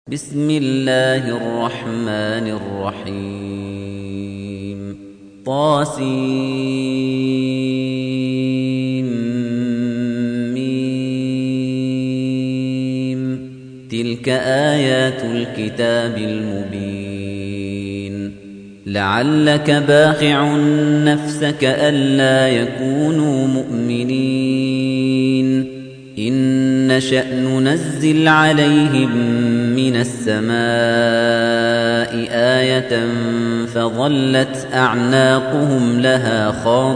بسم الله الرحمن الرحيم طاسيم تلك آيات الكتاب المبين لعلك باخع نفسك ألا يكونوا مؤمنين إن نشأ ننزل عليهم من السماء آية فظلت أعناقهم لها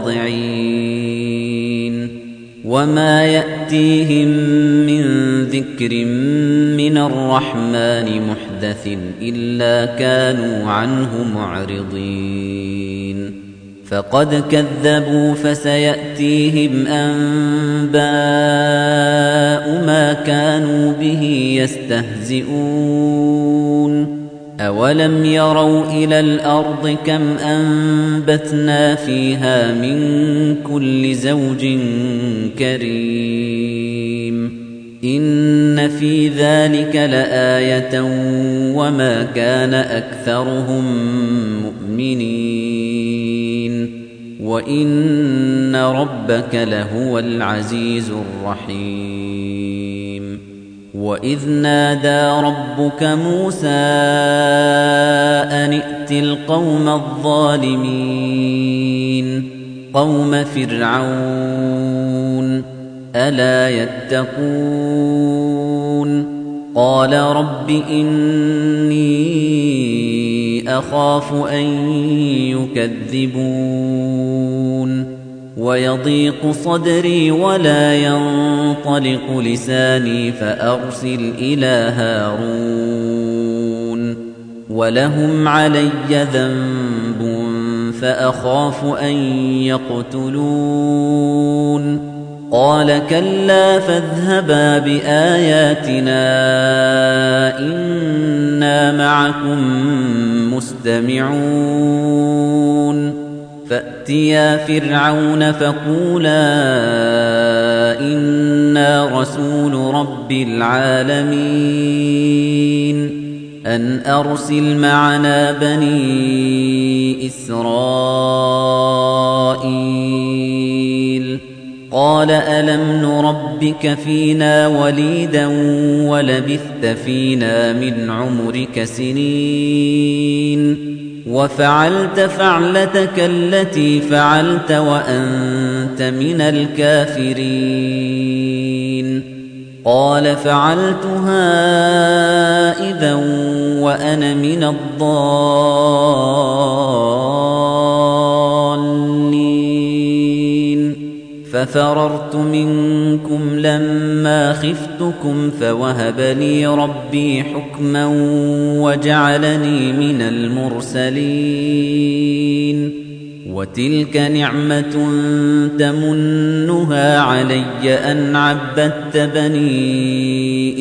خاضعين وما يأتيهم من ذكر من الرحمن محدث إلا كانوا عنه معرضين فقد كذبوا فسيأتيهم أنباء ما كانوا به يستهزئون أولم يروا إلى الأرض كم أنبتنا فيها من كل زوج كريم إن في ذلك لآية وما كان أكثرهم مؤمنين وَإِنَّ رَبَّكَ لَهُوَ الْعَزِيزُ الرَّحِيمُ وَإِذْ نَادَى رَبُّكَ مُوسَىٰ أَنِ ائْتِ الْقَوْمَ الظَّالِمِينَ قَوْمَ فِرْعَوْنَ أَلَا يَتَّقُونَ قَالَ رَبِّ إِنِّي أخاف أن يكذبون ويضيق صدري ولا ينطلق لساني فأرسل إلى هارون ولهم علي ذنب فأخاف أن يقتلون قال كلا فاذهبا بآياتنا إنا معكم مستمعون فأتيا فرعون فقولا إنا رسول رب العالمين أن أرسل معنا بني إسرائيل قال ألم نربك فينا وليدا ولبثت فينا من عمرك سنين وفعلت فعلتك التي فعلت وأنت من الكافرين قال فعلتها إذا وأنا من الضالين ففررت منكم لما خفتكم فوهب لي ربي حكما وجعلني من المرسلين وتلك نعمة تمنها علي أن عبدت بني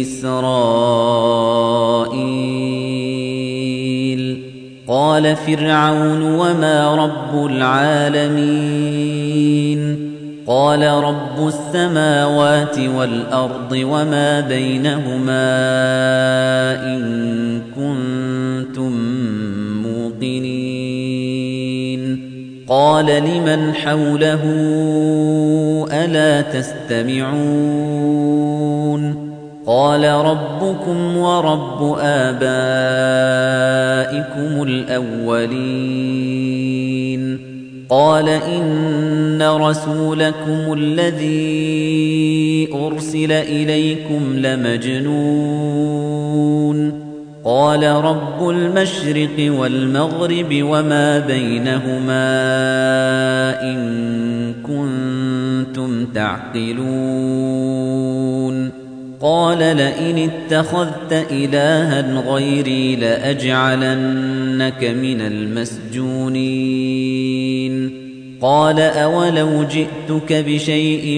إسرائيل قال فرعون وما رب العالمين قال رب السماوات والأرض وما بينهما إن كنتم موقنين قال لمن حوله ألا تستمعون قال ربكم ورب آبائكم الأولين قال إن رسولكم الذي أرسل إليكم لمجنون قال رب المشرق والمغرب وما بينهما إن كنتم تعقلون قال لئن اتخذت إلها غيري لأجعلنك من المسجونين قال أولو جئتك بشيء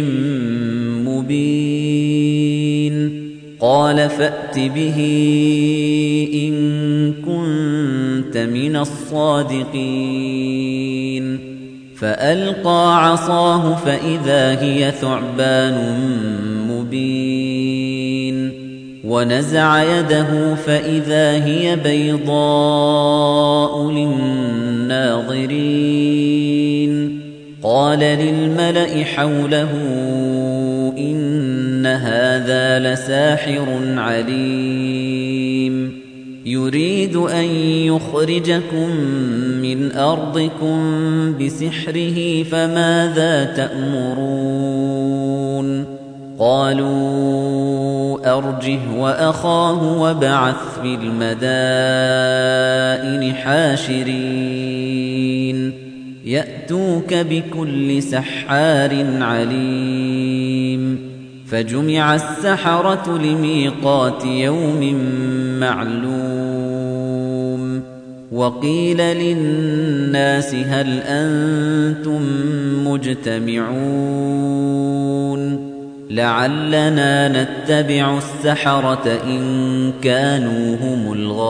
مبين قال فأت به إن كنت من الصادقين فألقى عصاه فإذا هي ثعبان مبين ونزع يده فإذا هي بيضاء للناظرين قال للملأ حوله إن هذا لساحر عليم يريد أن يخرجكم من أرضكم بسحره فماذا تأمرون قالوا أرجه وأخاه وابعث في المدائن حاشرين يأتوك بكل سحار عليم فجمع السحرة لميقات يوم معلوم وقيل للناس هل أنتم مجتمعون لعلنا نتبع السحرة إن كانوا هم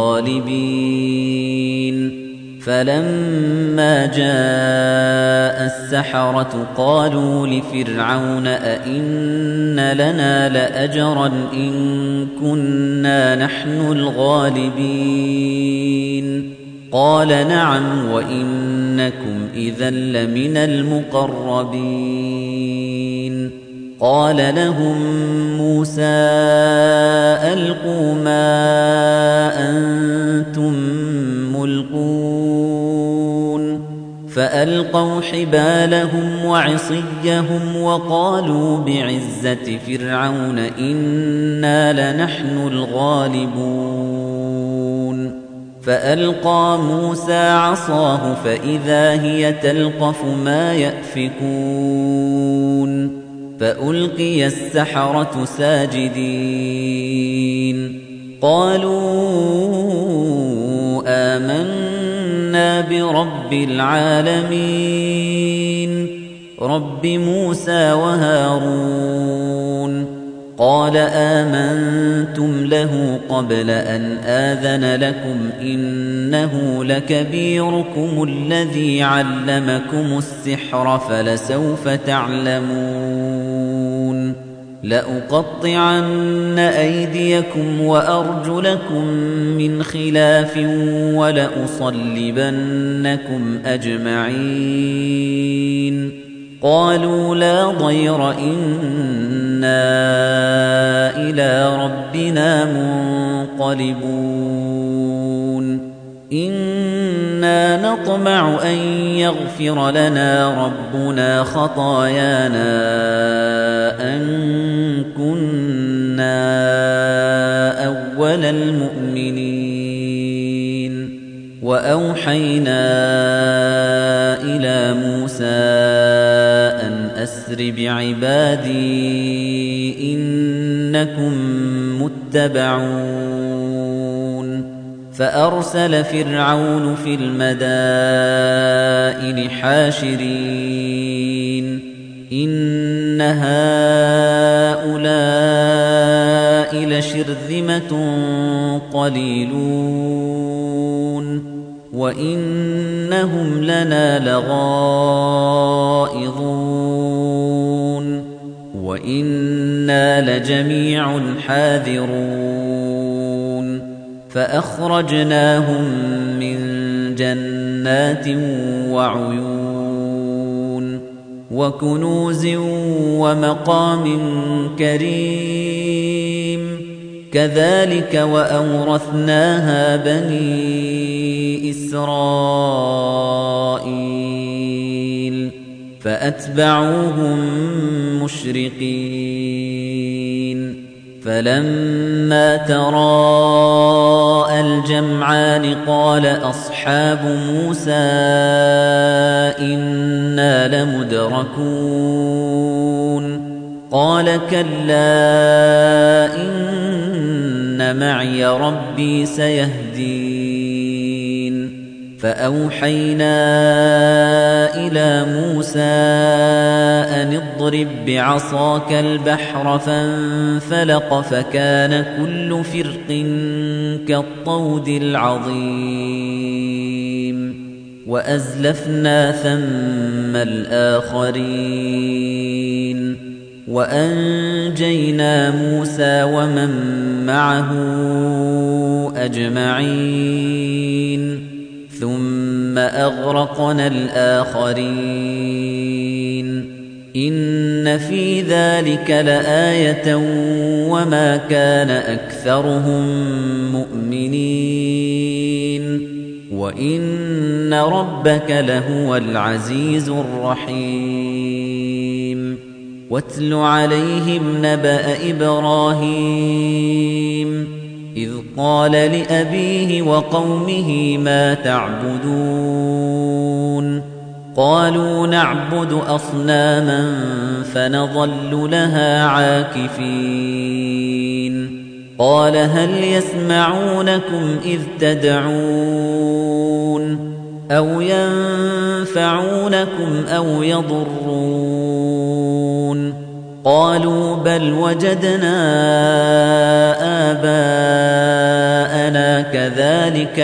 الغالبين فلما جاء السحرة قالوا لفرعون أئن لنا لأجرا إن كنا نحن الغالبين قال نعم وإنكم إذا لمن المقربين قال لهم موسى ألقوا ما أنتم ملقون فألقوا حبالهم وعصيهم وقالوا بعزة فرعون إنا لنحن الغالبون فألقى موسى عصاه فإذا هي تلقف ما يأفكون فألقي السحرة ساجدين قالوا آمنا برب العالمين رب موسى وهارون قال آمنتم له قبل أن آذن لكم إنه لكبيركم الذي علمكم السحر فلسوف تعلمون لأقطعن أيديكم وأرجلكم من خلاف ولأصلبنكم أجمعين قالوا لا ضير إنا إلى ربنا منقلبون إنا نطمع أن يغفر لنا ربنا خطايانا أن كنا أول المؤمنين وأوحينا إلى موسى أن أسر بعبادي إنكم متبعون فأرسل فرعون في المدائن حاشرين إن هؤلاء لشرذمة قليلون وإنهم لنا لغائظون وإنا لجميع حاذرون فأخرجناهم من جنات وعيون وكنوز ومقام كريم كذلك وأورثناها بني إسرائيل فأتبعوهم مشرقين فلما تراءى الجمعان قال أصحاب موسى إنا لمدركون قال كلا إن معي ربي سيهدين فأوحينا إلى موسى أن اضرب بعصاك البحر فانفلق فكان كل فرق كالطود العظيم وأزلفنا ثم الآخرين وأنجينا موسى ومن معه أجمعين ثم أغرقنا الآخرين إن في ذلك لآية وما كان أكثرهم مؤمنين وإن ربك لهو العزيز الرحيم واتل عليهم نبأ إبراهيم إذ قال لأبيه وقومه ما تعبدون قالوا نعبد أصناما فنظل لها عاكفين قال هل يسمعونكم إذ تدعون أو ينفعونكم أو يضرون قالوا بل وجدنا آباءنا كذلك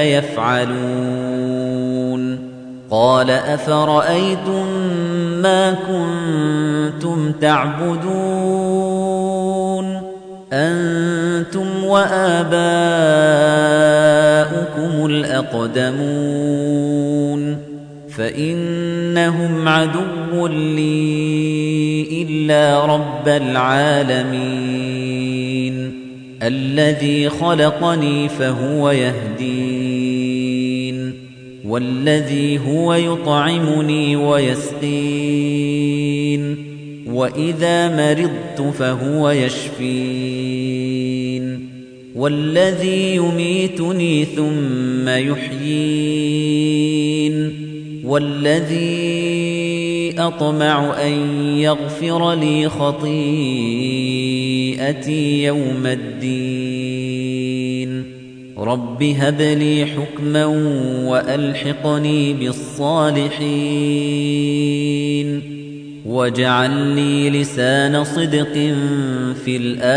يفعلون قال أفرأيتم ما كنتم تعبدون أنتم وآباؤكم الأقدمون فإنهم عدو لي إلا رب العالمين الذي خلقني فهو يهدين والذي هو يطعمني ويسقين وإذا مرضت فهو يشفين والذي يميتني ثم يحيين والذي أطمع أن يغفر لي خطيئتي يوم الدين رب هب لي حكما وألحقني بالصالحين واجعل لي لسان صدق في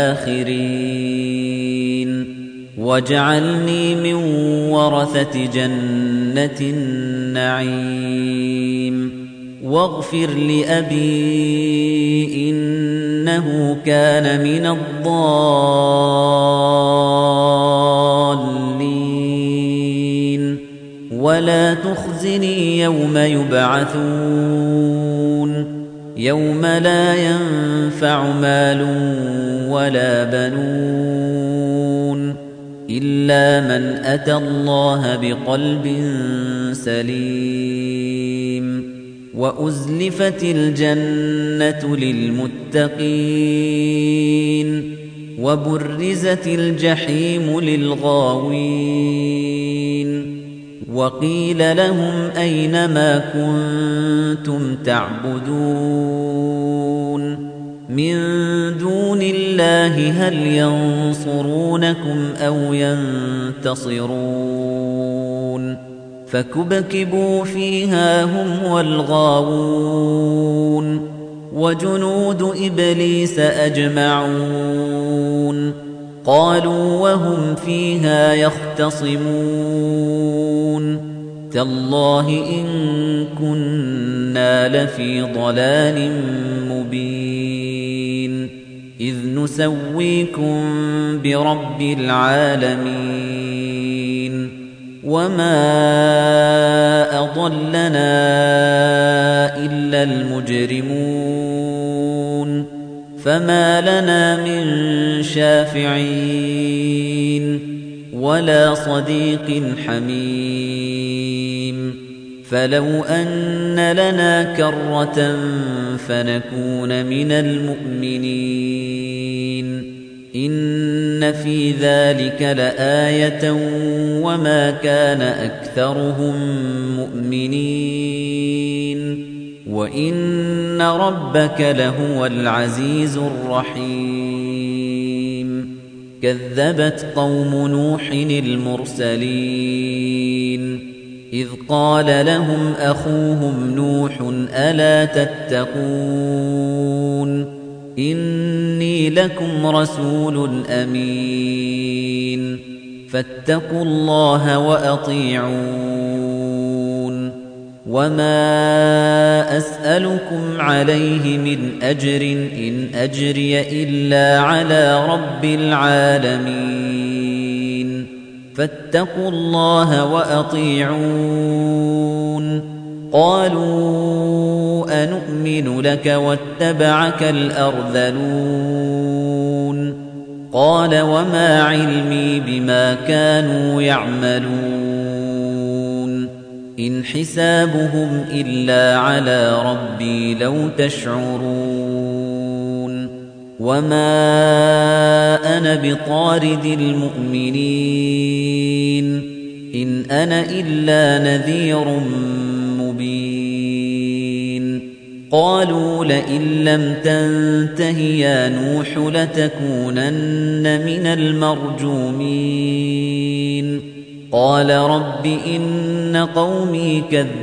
الآخرين واجعلني من ورثة جنة النعيم واغفر لأبي إنه كان من الضالين ولا تخزني يوم يبعثون يوم لا ينفع مال ولا بنون إلا من أتى الله بقلب سليم وأزلفت الجنة للمتقين وبرزت الجحيم للغاوين وقيل لهم أين ما كنتم تعبدون من دون الله هل ينصرونكم أو ينتصرون فكبكبوا فيها هم والغاوون وجنود إبليس أجمعون قالوا وهم فيها يختصمون تالله إن كنا لفي ضلال مبين إذ نسويكم برب العالمين وما أضلنا إلا المجرمون فما لنا من شافعين ولا صديق حميم فلو أن لنا كرة فنكون من المؤمنين إن في ذلك لآية وما كان أكثرهم مؤمنين وإن ربك لهو العزيز الرحيم كذبت قوم نوح المرسلين إذ قال لهم أخوهم نوح ألا تتقون إني لكم رسول أمين فاتقوا الله وأطيعون وما أسألكم عليه من أجر إن أجري إلا على رب العالمين فاتقوا الله وأطيعون قالوا أنؤمن لك واتبعك الأرذلون قال وما علمي بما كانوا يعملون إن حسابهم إلا على ربي لو تشعرون وما أنا بطارد المؤمنين إن أنا إلا نذير مبين قالوا لئن لم تنته يا نوح لتكونن من المرجومين قال رب إن قومي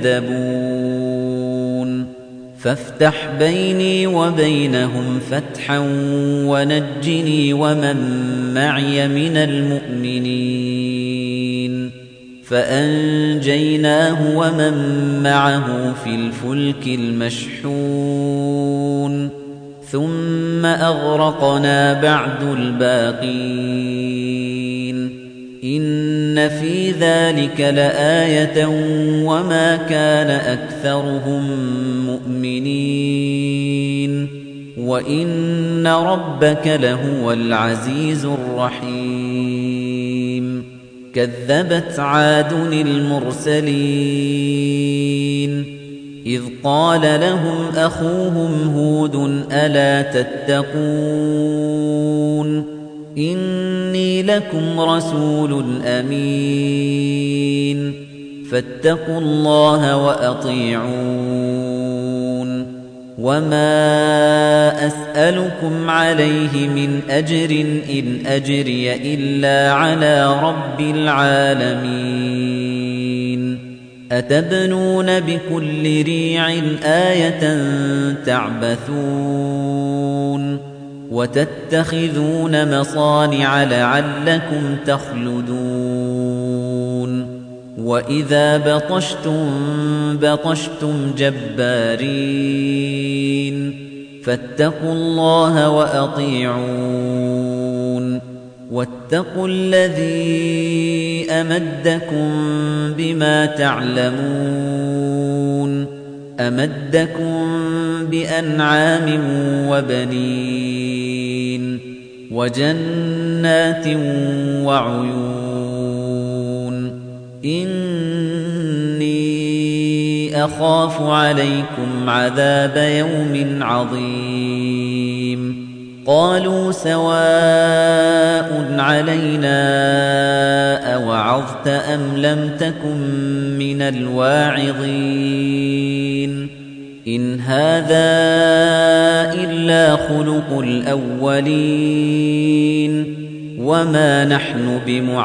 كذبون فافتح بيني وبينهم فتحا ونجني ومن معي من المؤمنين فأنجيناه ومن معه في الفلك المشحون ثم أغرقنا بعد الباقين إن في ذلك لآية وما كان أكثرهم مؤمنين وإن ربك لهو العزيز الرحيم كذبت عاد المرسلين إذ قال لهم أخوهم هود ألا تتقون إني لكم رسول أمين فاتقوا الله وأطيعون وما أسألكم عليه من أجر إن أجري إلا على رب العالمين أتبنون بكل ريع آية تعبثون وتتخذون مصانع لعلكم تخلدون وإذا بطشتم جبارين فاتقوا الله وأطيعون واتقوا الذي أمدكم بما تعلمون أمدكم بأنعام وبنين وجنات وعيون إني أخاف عليكم عذاب يوم عظيم قالوا سواء علينا أوعظت أم لم تكن من الواعظين إن هذا إلا خلق الأولين وما نحن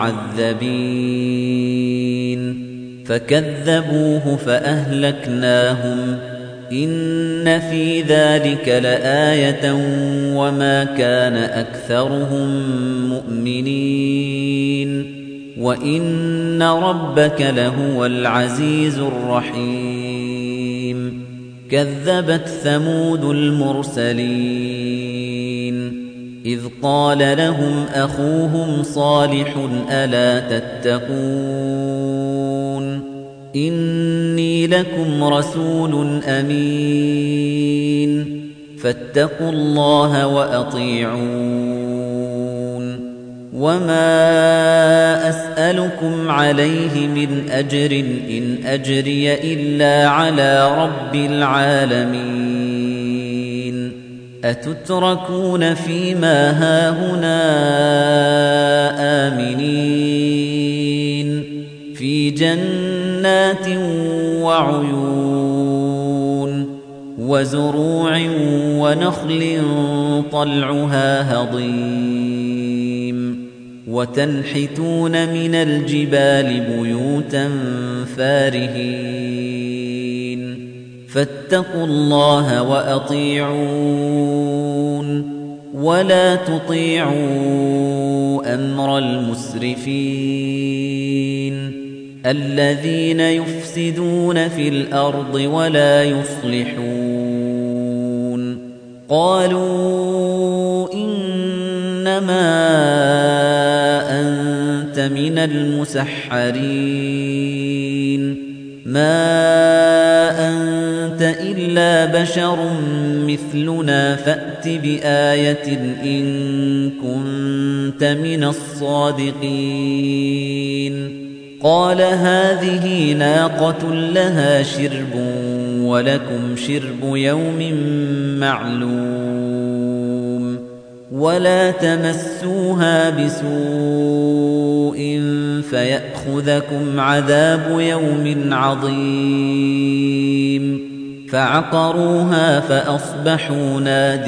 بمعذبين فكذبوه فأهلكناهم إن في ذلك لآية وما كان أكثرهم مؤمنين وإن ربك لهو العزيز الرحيم كذبت ثمود المرسلين إذ قال لهم أخوهم صالح ألا تتقون إني لكم رسول أمين فاتقوا الله وأطيعون وما أسألكم عليه من أجر إن أجري إلا على رب العالمين أتتركون فيما هاهنا آمنين في جنات وعيون وزروع ونخل طلعها هضيم وتنحتون من الجبال بيوتا فارهين فاتقوا الله وأطيعون ولا تطيعوا أمر المسرفين الذين يفسدون في الأرض ولا يصلحون قالوا إنما أنت من المسحرين ما أنت إلا بشر مثلنا فأت بآية إن كنت من الصادقين قال هذه ناقة لها شرب ولكم شرب يوم معلوم ولا تمسوها بسوء فيأخذكم عذاب يوم عظيم فعقروها فأصبحوا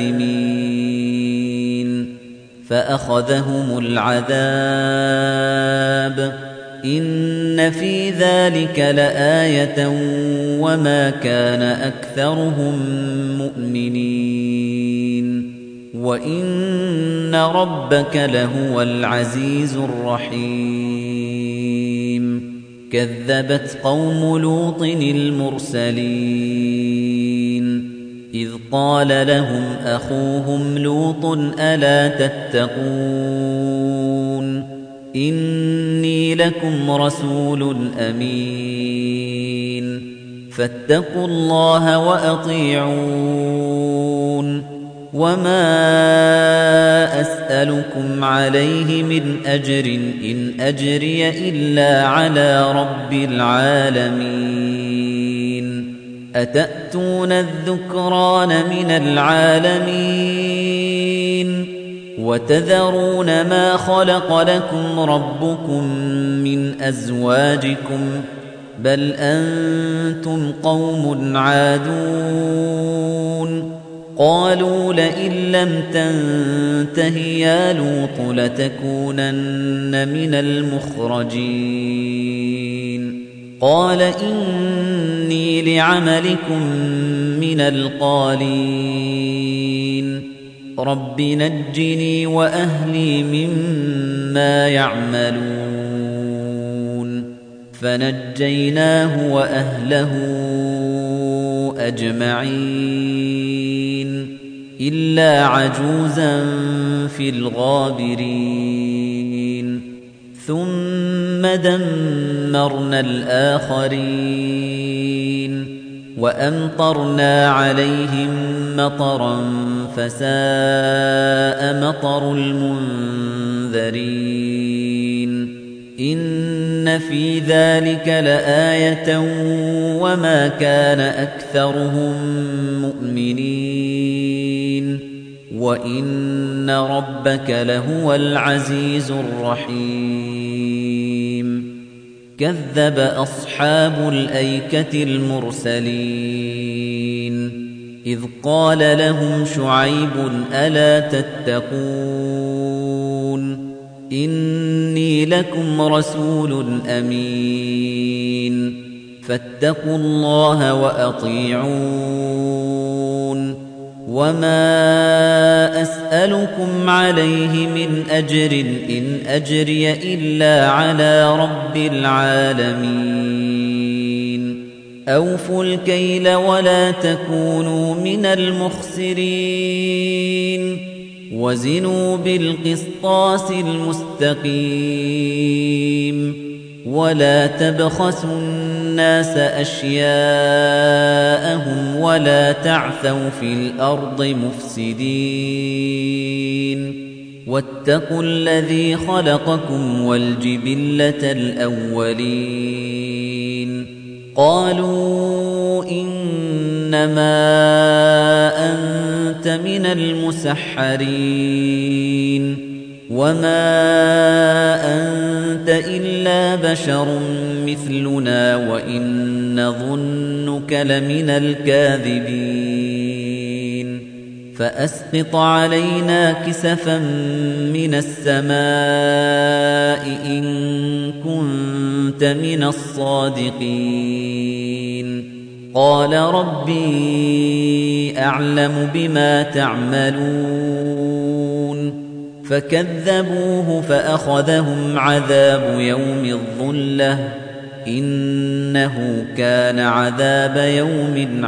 نادمين فأخذهم العذاب إن في ذلك لآية وما كان أكثرهم مؤمنين وإن ربك لهو العزيز الرحيم كذبت قوم لوط المرسلين إذ قال لهم أخوهم لوط ألا تتقون إني لكم رسول أمين فاتقوا الله وأطيعون وما أسألكم عليه من أجر إن أجري إلا على رب العالمين أتأتون الذكران من العالمين وتذرون ما خلق لكم ربكم من أزواجكم بل أنتم قوم عادون قالوا لئن لم تنته يا لوط لتكونن من المخرجين قال إني لعملكم من القالين رب نجني وأهلي مما يعملون فنجيناه وأهله أجمعين إلا عجوزا في الغابرين ثم دمرنا الآخرين وأمطرنا عليهم مطرا فساء مطر المنذرين إن في ذلك لآية وما كان أكثرهم مؤمنين وإن ربك لهو العزيز الرحيم كذب أصحاب الأيكة المرسلين إذ قال لهم شعيب ألا تتقون إني لكم رسول أمين فاتقوا الله وأطيعون وما أسألكم عليه من أجر إن أجري إلا على رب العالمين أوفوا الكيل ولا تكونوا من المخسرين وزنوا بالقسطاس المستقيم ولا تبخسوا الناس أشياءهم ولا تعثوا في الأرض مفسدين واتقوا الذي خلقكم والجبلة الأولين قالوا إنما أنت من المسحرين وما أنت إلا بشر مثلنا وإن نظنك لمن الكاذبين فأسقط علينا كسفا من السماء إن كنت من الصادقين قال ربي أعلم بما تعملون فكذبوه فأخذهم عذاب يوم الظلة إنه كان عذاب يوم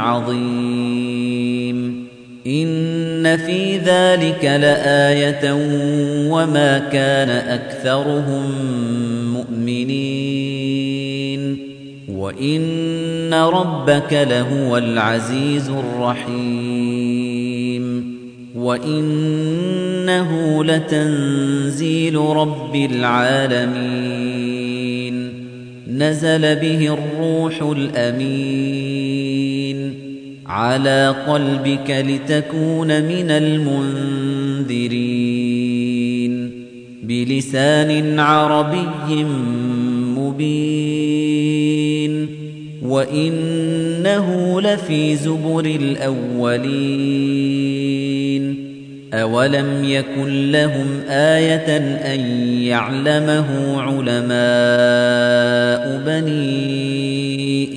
عظيم إن في ذلك لآية وما كان أكثرهم مؤمنين وإن ربك لهو العزيز الرحيم وإنه لتنزيل رب العالمين نزل به الروح الأمين على قلبك لتكون من المنذرين بلسان عربي مبين وإنه لفي زبر الأولين أولم يكن لهم آية أن يعلمه علماء بني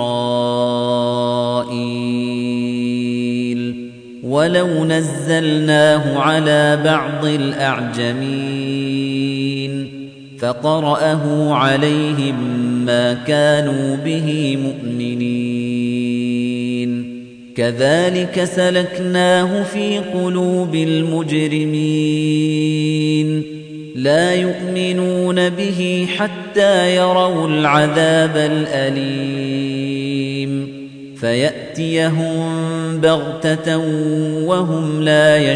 إسرائيل ولو نزلناه على بعض الأعجمين فقرأه عليهم ما كانوا به مؤمنين كذلك سلكناه في قلوب المجرمين لا يؤمنون به حتى يروا العذاب الأليم فيأتيهم بغتة وهم لا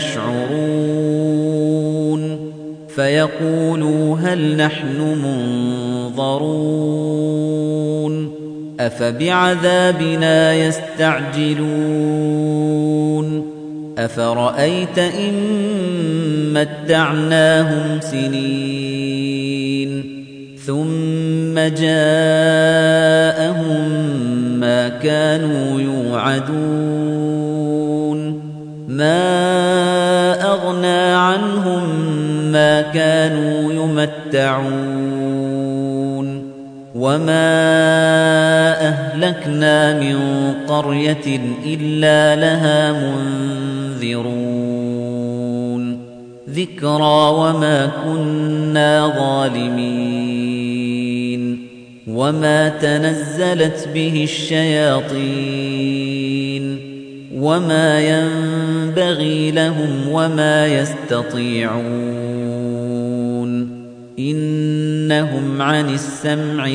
يشعرون فيقولوا هل نحن منظرون أفبعذابنا يستعجلون أفرأيت إن متعناهم سنين ثم جاءهم ما كانوا يوعدون ما أغنى عنهم ما كانوا يمتعون وما أهلكنا من قرية إلا لها منذرون ذكرى وما كنا ظالمين وما تنزلت به الشياطين وما ينبغي لهم وما يستطيعون إنهم عن السمع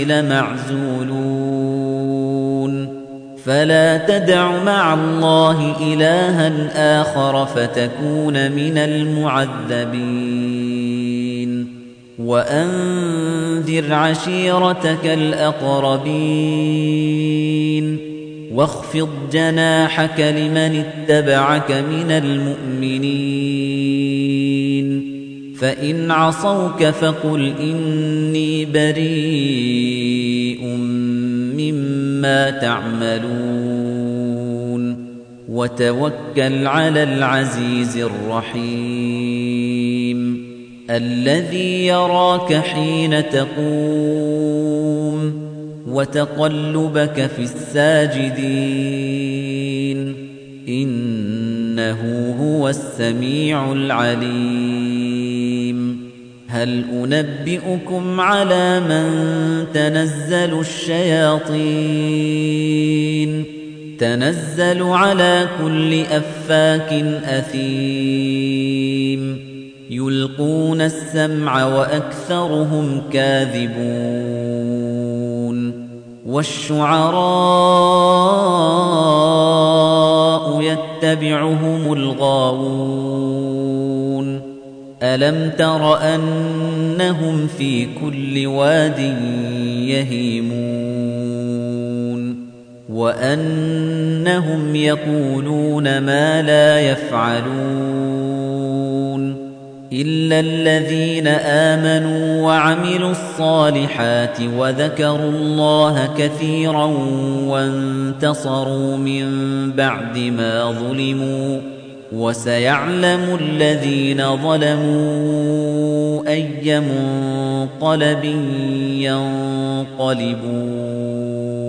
لمعزولون فلا تدع مع الله إلها آخر فتكون من المعذبين وأنذر عشيرتك الأقربين واخفض جناحك لمن اتبعك من المؤمنين فإن عصوك فقل إني بريء مما تعملون وتوكل على العزيز الرحيم الذي يراك حين تقوم وتقلبك في الساجدين إنه هو السميع العليم هل أنبئكم على من تنزل الشياطين تنزل على كل أفاك أثيم يلقون السمع وأكثرهم كاذبون والشعراء يتبعهم الغاوون ألم تر أنهم في كل واد يهيمون وأنهم يقولون ما لا يفعلون إلا الذين آمنوا وعملوا الصالحات وذكروا الله كثيرا وانتصروا من بعد ما ظلموا وسيعلم الذين ظلموا أي منقلب ينقلبون